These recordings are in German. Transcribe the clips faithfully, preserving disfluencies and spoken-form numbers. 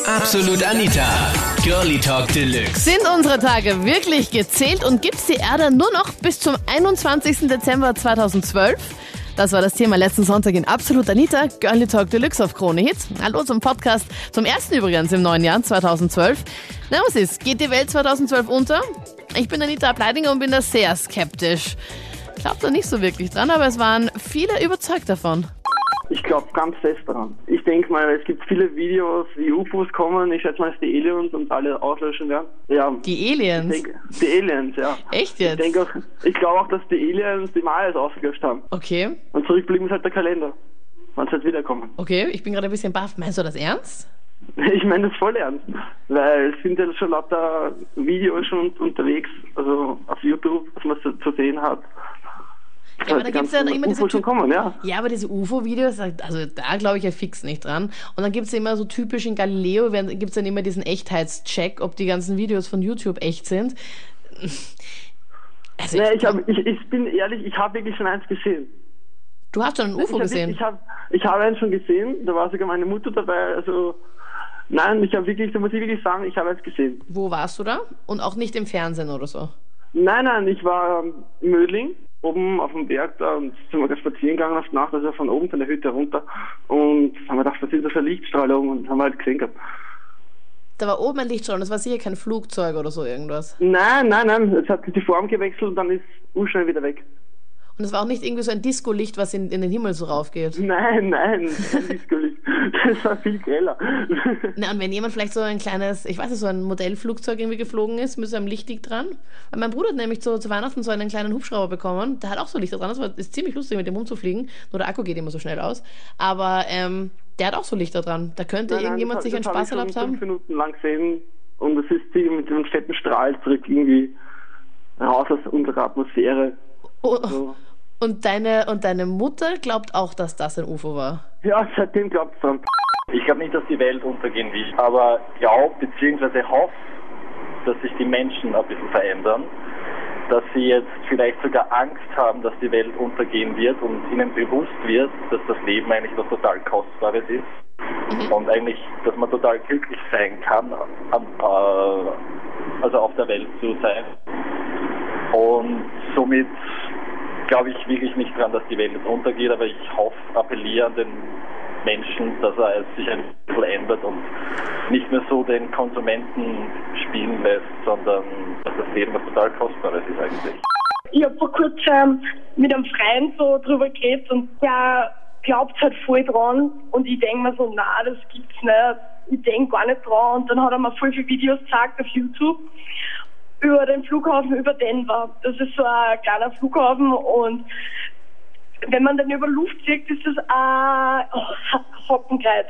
Absolut Anita, Girlie Talk Deluxe. Sind unsere Tage wirklich gezählt und gibt's die Erde nur noch bis zum einundzwanzigsten Dezember zweitausendzwölf? Das war das Thema letzten Sonntag in Absolut Anita, Girlie Talk Deluxe auf Krone Hit. Hallo zum Podcast, zum ersten übrigens im neuen Jahr zweitausendzwölf. Na, was ist? Geht die Welt zweitausendzwölf unter? Ich bin Anita Ableidinger und bin da sehr skeptisch. Glaubt da nicht so wirklich dran, aber es waren viele überzeugt davon. Ich glaube ganz fest daran. Ich denke mal, es gibt viele Videos, wie U F Os kommen. Ich schätze mal, dass die Aliens uns alle auslöschen werden. Ja. Die Aliens? Ich denk, die Aliens, ja. Echt jetzt? Ich denke auch, ich glaube auch, dass die Aliens die Mayas ausgelöscht haben. Okay. Und zurückblieben ist halt der Kalender. Wann es halt wiederkommen. Okay, ich bin gerade ein bisschen baff. Meinst du das ernst? Ich meine das voll ernst. Weil es sind ja schon lauter Videos schon unterwegs, also auf YouTube, was man zu sehen hat. Ja, aber da gibt's ja immer diese schon kommen, ja. Ja, aber diese U F O-Videos, also da glaube ich ja fix nicht dran. Und dann gibt's ja immer so typisch in Galileo, gibt's dann immer diesen Echtheitscheck, ob die ganzen Videos von YouTube echt sind. Also nee, ich, ich, hab, ich, ich bin ehrlich, ich habe wirklich schon eins gesehen. Du hast schon ein U F O ich gesehen? Ich habe ich hab eins schon gesehen, da war sogar meine Mutter dabei, also nein, ich habe wirklich, da muss ich wirklich sagen, ich habe eins gesehen. Wo warst du da? Und auch nicht im Fernsehen oder so? Nein, nein, ich war in Mödling, oben auf dem Berg da und sind wir spazieren gegangen auf die Nacht, also von oben von der Hütte runter und haben wir gedacht, was ist das für eine Lichtstrahlung und haben wir halt gesehen gehabt. Da war oben ein Lichtstrahl, das war sicher kein Flugzeug oder so irgendwas? Nein, nein, nein, es hat die Form gewechselt und dann ist es schnell wieder weg. Und es war auch nicht irgendwie so ein Disco-Licht, was in, in den Himmel so raufgeht? Nein, nein, kein Disco-Licht. Das war viel greller. Na, und wenn jemand vielleicht so ein kleines, ich weiß nicht, so ein Modellflugzeug irgendwie geflogen ist, mit so einem Lichtdick dran. Weil mein Bruder hat nämlich so, zu Weihnachten so einen kleinen Hubschrauber bekommen, der hat auch so Lichter dran, das war, ist ziemlich lustig, mit dem rumzufliegen. Nur der Akku geht immer so schnell aus. Aber ähm, der hat auch so Lichter dran. Da könnte nein, irgendjemand nein, sich einen Spaß erlaubt haben. fünf Minuten lang gesehen und es ist mit einem fetten Strahl zurück irgendwie raus aus unserer Atmosphäre. Oh. So. Und deine, und deine Mutter glaubt auch, dass das ein U F O war? Ja, seitdem glaubt sie dran. Ich glaube nicht, dass die Welt untergehen will, aber glaubt bzw. hofft, dass sich die Menschen ein bisschen verändern, dass sie jetzt vielleicht sogar Angst haben, dass die Welt untergehen wird und ihnen bewusst wird, dass das Leben eigentlich was total Kostbares ist mhm. und eigentlich, dass man total glücklich sein kann, also auf der Welt zu sein. Und somit glaube ich wirklich nicht dran, dass die Welt jetzt untergeht, aber ich hoffe, appelliere an den Menschen, dass er sich ein bisschen ändert und nicht mehr so den Konsumenten spielen lässt, sondern dass das Leben was total Kostbares ist eigentlich. Ich habe vor kurzem mit einem Freund so drüber geredet und der glaubt halt voll dran und ich denke mir so, na, das gibt's nicht, ich denke gar nicht dran und dann hat er mir voll viele Videos gezeigt auf YouTube über den Flughafen über Denver. Das ist so ein kleiner Flughafen und wenn man dann über Luft fliegt, ist das ein Hockenkreuz.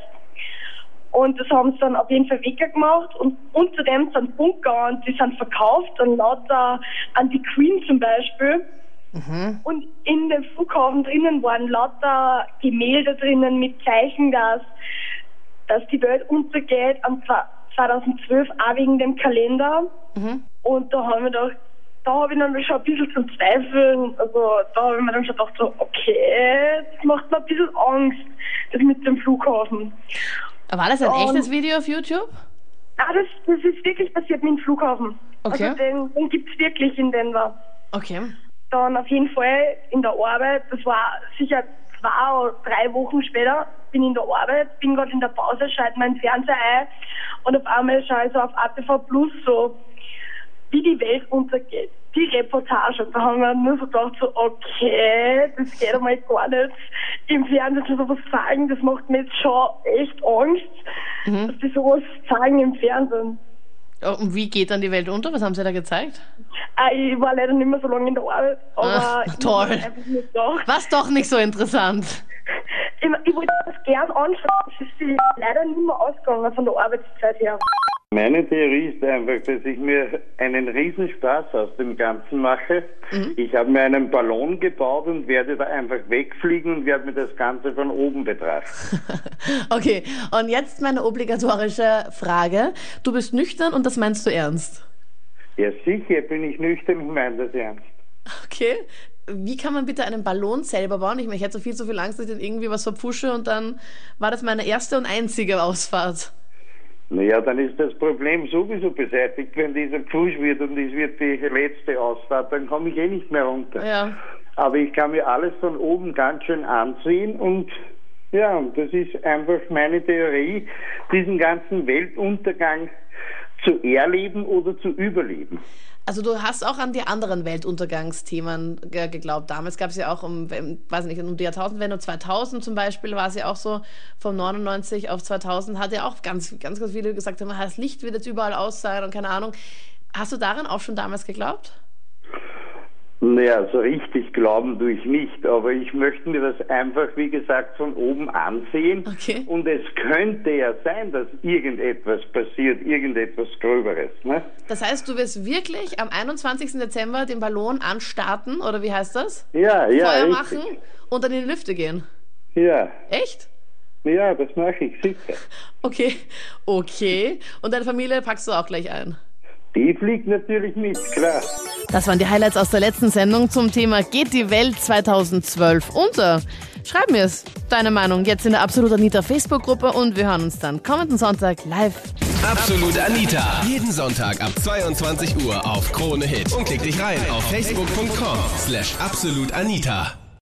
Und das haben sie dann auf jeden Fall weggemacht und unter dem sind Bunker und die sind verkauft, dann lauter an die Queen zum Beispiel. Mhm. Und in dem Flughafen drinnen waren lauter Gemälde drinnen mit Zeichen, dass, dass die Welt untergeht am zweitausendzwölf auch wegen dem Kalender. Mhm. Und da haben wir gedacht, da habe ich dann schon ein bisschen zum Zweifeln, also da habe ich mir dann schon gedacht, so, okay, das macht mir ein bisschen Angst, das mit dem Flughafen. War das ein Und, echtes Video auf YouTube? Ah, das, das ist wirklich passiert mit dem Flughafen. Okay. Also den, den gibt es wirklich in Denver. Okay. Dann auf jeden Fall in der Arbeit, das war sicher zwei oder drei Wochen später, bin in der Arbeit, bin gerade in der Pause, schalte meinen Fernseher ein und auf einmal schaue ich so auf A T V Plus so, wie die Welt untergeht. Die Reportage. Da haben wir nur so gedacht, so, okay, das geht einmal gar nicht. Im Fernsehen sowas sagen, das macht mir jetzt schon echt Angst, mhm. dass die sowas sagen im Fernsehen. Oh, und wie geht dann die Welt unter? Was haben sie da gezeigt? Äh, ich war leider nicht mehr so lange in der Arbeit, aber Ach, ich toll. einfach nicht gedacht. Was doch nicht so interessant. Ich, ich wollte das gern anschauen, es ist sie leider nicht mehr ausgegangen von der Arbeitszeit her. Meine Theorie ist einfach, dass ich mir einen Riesenspaß aus dem Ganzen mache. Mhm. Ich habe mir einen Ballon gebaut und werde da einfach wegfliegen und werde mir das Ganze von oben betrachten. Okay, und jetzt meine obligatorische Frage. Du bist nüchtern und das meinst du ernst? Ja, sicher bin ich nüchtern und meine das ernst. Okay. Wie kann man bitte einen Ballon selber bauen? Ich, meine, ich hätte so viel zu viel Angst, dass ich dann irgendwie was verpfusche und dann war das meine erste und einzige Ausfahrt. Naja, dann ist das Problem sowieso beseitigt, wenn dieser gepusht wird und es wird die letzte Ausfahrt, dann komme ich eh nicht mehr runter. Ja. Aber ich kann mir alles von oben ganz schön ansehen und ja, das ist einfach meine Theorie, diesen ganzen Weltuntergang zu erleben oder zu überleben. Also du hast auch an die anderen Weltuntergangsthemen ge- geglaubt. Damals gab es ja auch um, weiß nicht, um die Jahrtausendwende, zweitausend zum Beispiel, war es ja auch so, von neunundneunzig auf zweitausend hat ja auch ganz, ganz, ganz viele gesagt, das Licht wird jetzt überall aus sein und keine Ahnung. Hast du daran auch schon damals geglaubt? Naja, so richtig glauben tue ich nicht, aber ich möchte mir das einfach, wie gesagt, von oben ansehen. Okay. Und es könnte ja sein, dass irgendetwas passiert, irgendetwas Gröberes. Ne? Das heißt, du wirst wirklich am einundzwanzigsten Dezember den Ballon anstarten, oder wie heißt das? Ja, ja. Feuer richtig. machen und dann in die Lüfte gehen. Ja. Echt? Ja, das mache ich sicher. Okay, okay. Und deine Familie packst du auch gleich ein? Die fliegt natürlich mit, klar. Das waren die Highlights aus der letzten Sendung zum Thema Geht die Welt zweitausendzwölf unter? Schreib mir es, deine Meinung, jetzt in der Absolut Anita Facebook-Gruppe und wir hören uns dann kommenden Sonntag live. Absolut Anita. Jeden Sonntag ab zweiundzwanzig Uhr auf Krone Hit. Und klick dich rein auf facebook punkt com slash absolutanita.